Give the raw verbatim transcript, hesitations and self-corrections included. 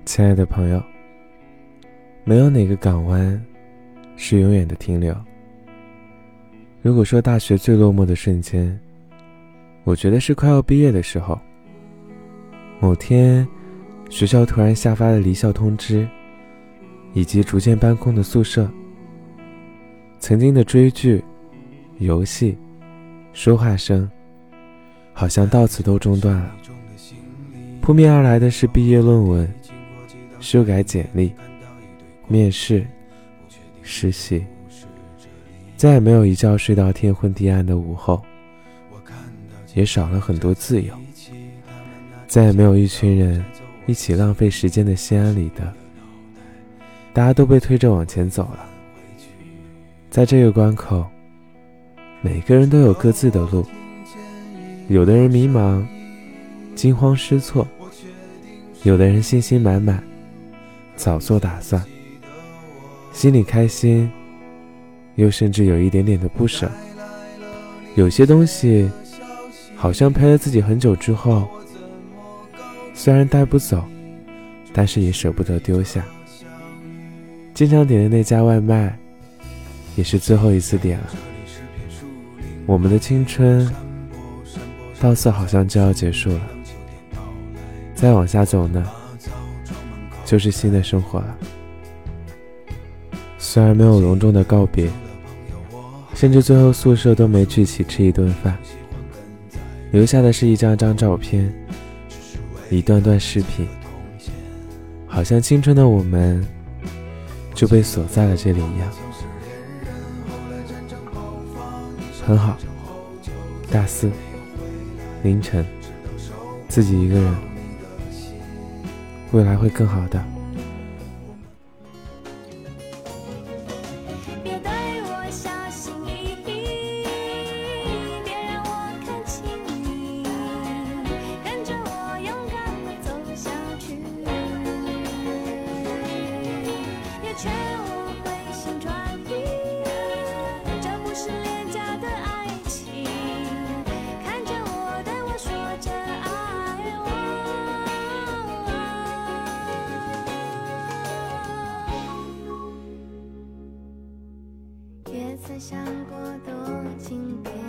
亲爱的朋友，没有哪个港湾是永远的停留。如果说大学最落寞的瞬间，我觉得是快要毕业的时候。某天，学校突然下发了离校通知，以及逐渐搬空的宿舍。曾经的追剧、游戏、说话声，好像到此都中断了。扑面而来的是毕业论文、修改简历、面试、实习，再也没有一觉睡到天昏地暗的午后，也少了很多自由，再也没有一群人一起浪费时间的心安理得，大家都被推着往前走了。在这个关口，每个人都有各自的路，有的人迷茫惊慌失措，有的人信心满满早做打算，心里开心又甚至有一点点的不舍。有些东西好像陪了自己很久之后，虽然带不走，但是也舍不得丢下。经常点的那家外卖也是最后一次点了。我们的青春到此好像就要结束了，再往下走呢，就是新的生活了。虽然没有隆重的告别，甚至最后宿舍都没聚齐吃一顿饭，留下的是一张张照片，一段段视频，好像青春的我们就被锁在了这里一样。很好，大四凌晨，自己一个人，未来会更好的。 别对我小心翼翼，别让我看清你，跟着我勇敢地走下去，别劝我回心转意，这不是廉价的爱情，看着我，对我说着爱我。也曾想过多经典